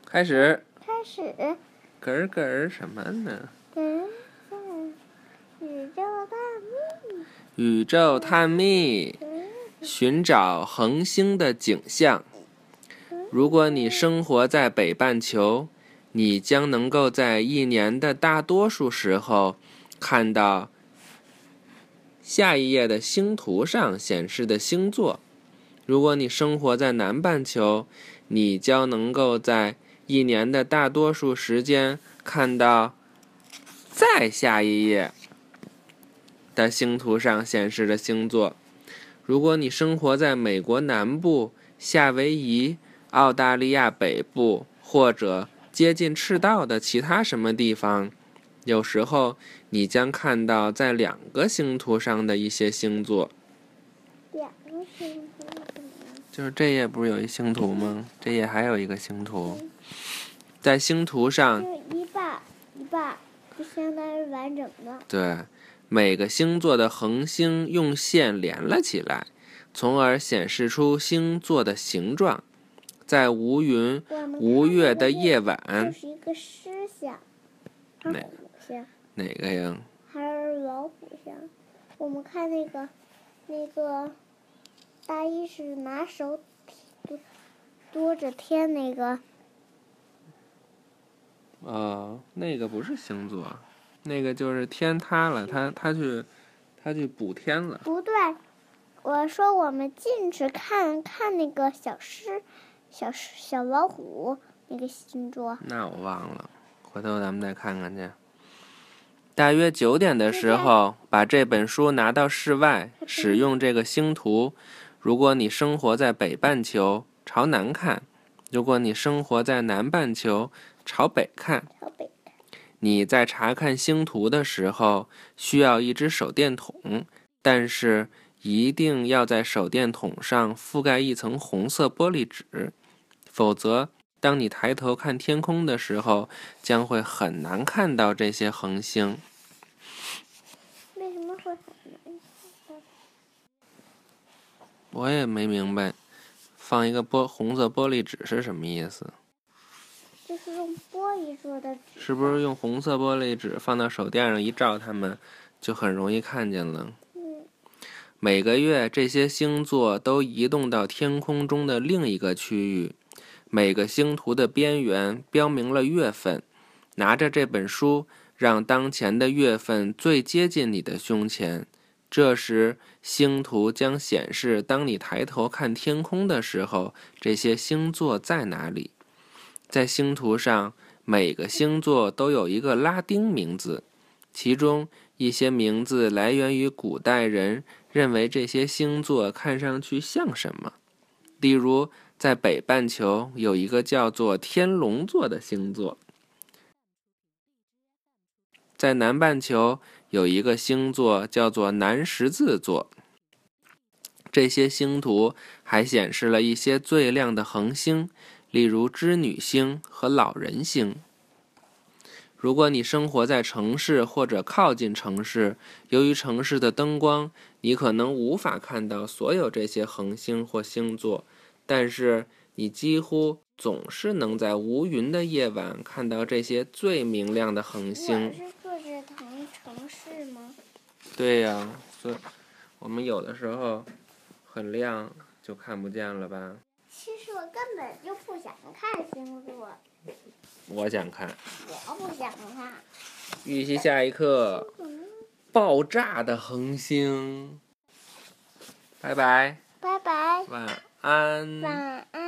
开始。 嗝儿嗝儿什么呢？宇宙探秘，寻找恒星的景象。如果你生活在北半球，你将能够在一年的大多数时候看到下一页的星图上显示的星座。如果你生活在南半球，你将能够在一年的大多数时间看到再下一页的星图上显示的星座。如果你生活在美国南部、夏威夷、澳大利亚北部或者接近赤道的其他什么地方，有时候你将看到在2个星图上的一些星座。 2个星图是什么？ 就是这页不是有一星图吗？这页还有一个星图。在星图上， 就一半，就相当于完整的。 对，每个星座的恒星用线连了起来，从而显示出星座的形状。在无云无月的夜晚， 就是一个狮像，还是虎像？ 哪个呀？ 还是老虎像？我们看那个大一是拿手多着天那个。 那个不是星座，那个就是天塌了，他去补天了。 不对，我说我们进去看那个小老虎那个星座。 那我忘了，回头咱们再看看去。大约9点的时候，把这本书拿到室外，使用这个星图。如果你生活在北半球，朝南看；如果你生活在南半球，朝北看。你在查看星图的时候，需要一只手电筒，但是一定要在手电筒上覆盖一层红色玻璃纸，否则当你抬头看天空的时候，将会很难看到这些恒星。 为什么会很难？ 我也没明白，放一个红色玻璃纸是什么意思？ 就是用玻璃做的纸。 是不是用红色玻璃纸放到手电上一照，它们就很容易看见了？每个月这些星座都移动到天空中的另一个区域，每个星图的边缘标明了月份。拿着这本书，让当前的月份最接近你的胸前，这时星图将显示当你抬头看天空的时候，这些星座在哪里。在星图上，每个星座都有一个拉丁名字，其中一些名字来源于古代人认为这些星座看上去像什么。例如，在北半球有一个叫做天龙座的星座，在南半球有一个星座叫做南十字座。这些星图还显示了一些最亮的恒星，例如织女星和老人星。如果你生活在城市或者靠近城市，由于城市的灯光，你可能无法看到所有这些恒星或星座，但是你几乎总是能在无云的夜晚看到这些最明亮的恒星。 我是住这城市吗？ 对呀，所以我们有的时候很亮就看不见了吧？ 其实我根本就不想看星座。 我想看。 我不想看。 预习下一课，爆炸的恒星。拜拜。 拜拜。 晚安。 晚安。